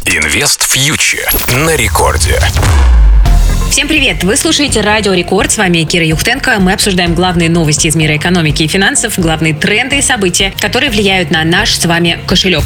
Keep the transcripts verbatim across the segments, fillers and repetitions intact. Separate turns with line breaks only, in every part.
Инвест Фьючер на рекорде.
Всем привет! Вы слушаете Радио Рекорд. С вами Кира Юхтенко. Мы обсуждаем главные новости из мира экономики и финансов, главные тренды и события, которые влияют на наш с вами кошелек.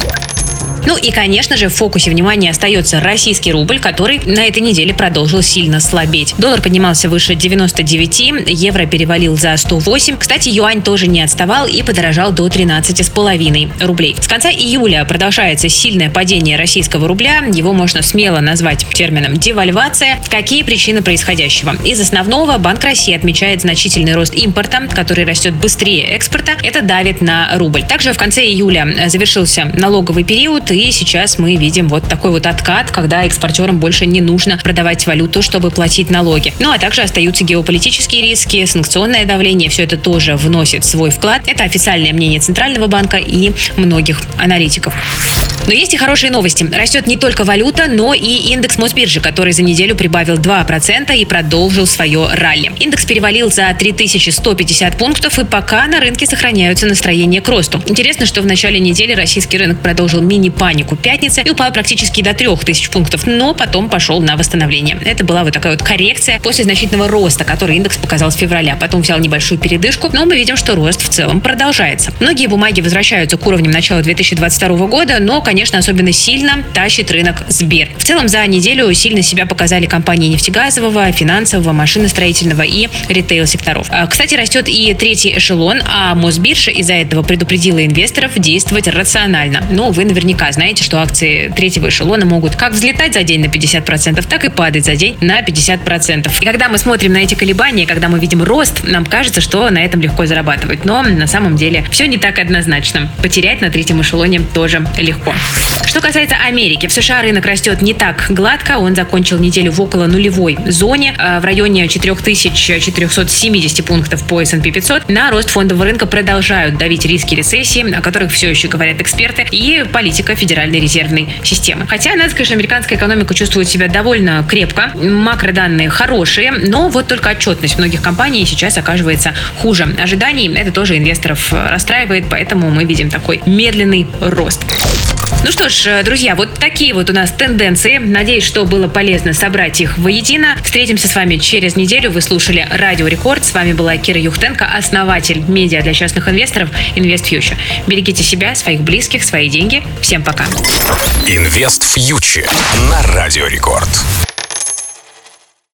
Ну и, конечно же, в фокусе внимания остается российский рубль, который на этой неделе продолжил сильно слабеть. Доллар поднимался выше девяноста девяти, евро перевалил за сто восемь. Кстати, юань тоже не отставал и подорожал до тринадцати с половиной рублей. С конца июля продолжается сильное падение российского рубля. Его можно смело назвать термином девальвация. Какие причины происходящего? Из основного Банк России отмечает значительный рост импорта, который растет быстрее экспорта. Это давит на рубль. Также в конце июля завершился налоговый период, и сейчас мы видим вот такой вот откат, когда экспортерам больше не нужно продавать валюту, чтобы платить налоги. Ну а также остаются геополитические риски, санкционное давление. Все это тоже вносит свой вклад. Это официальное мнение Центрального банка и многих аналитиков. Но есть и хорошие новости. Растет не только валюта, но и индекс Мосбиржи, который за неделю прибавил два процента и продолжил свое ралли. Индекс перевалил за три тысячи сто пятьдесят пунктов, и пока на рынке сохраняются настроения к росту. Интересно, что в начале недели российский рынок продолжил мини-панику пятницы и упал практически до трех тысяч пунктов, но потом пошел на восстановление. Это была вот такая вот коррекция после значительного роста, который индекс показал с февраля. Потом взял небольшую передышку, но мы видим, что рост в целом продолжается. Многие бумаги возвращаются к уровням начала две тысячи двадцать второго года, но, конечно, особенно сильно тащит рынок Сбер. В целом за неделю сильно себя показали компании нефтегазового, финансового, машиностроительного и ритейл-секторов. Кстати, растет и третий эшелон, а Мосбиржа из-за этого предупредила инвесторов действовать рационально. Но вы наверняка знаете, что акции третьего эшелона могут как взлетать за день на пятьдесят процентов, так и падать за день на пятьдесят процентов. И когда мы смотрим на эти колебания, когда мы видим рост, нам кажется, что на этом легко зарабатывать. Но на самом деле все не так однозначно. Потерять на третьем эшелоне тоже легко. Что касается Америки, в США рынок растет не так гладко. Он закончил неделю в около нулевой зоне, в районе четыре тысячи четыреста семьдесят пунктов по эс энд пи пятьсот. На рост фондового рынка продолжают давить риски рецессии, о которых все еще говорят эксперты, и политика Федеральной резервной системы. Хотя, надо сказать, что американская экономика чувствует себя довольно крепко, макроданные хорошие, но вот только отчетность многих компаний сейчас оказывается хуже ожиданий. Это тоже инвесторов расстраивает, поэтому мы видим такой медленный рост. Ну что ж, друзья, вот такие вот у нас тенденции. Надеюсь, что было полезно собрать их воедино. Встретимся с вами через неделю. Вы слушали Радио Рекорд. С вами была Кира Юхтенко, основатель медиа для частных инвесторов Инвест Фьючер. Берегите себя, своих близких, свои деньги. Всем пока.
Инвест Фьючер на Радио Рекорд.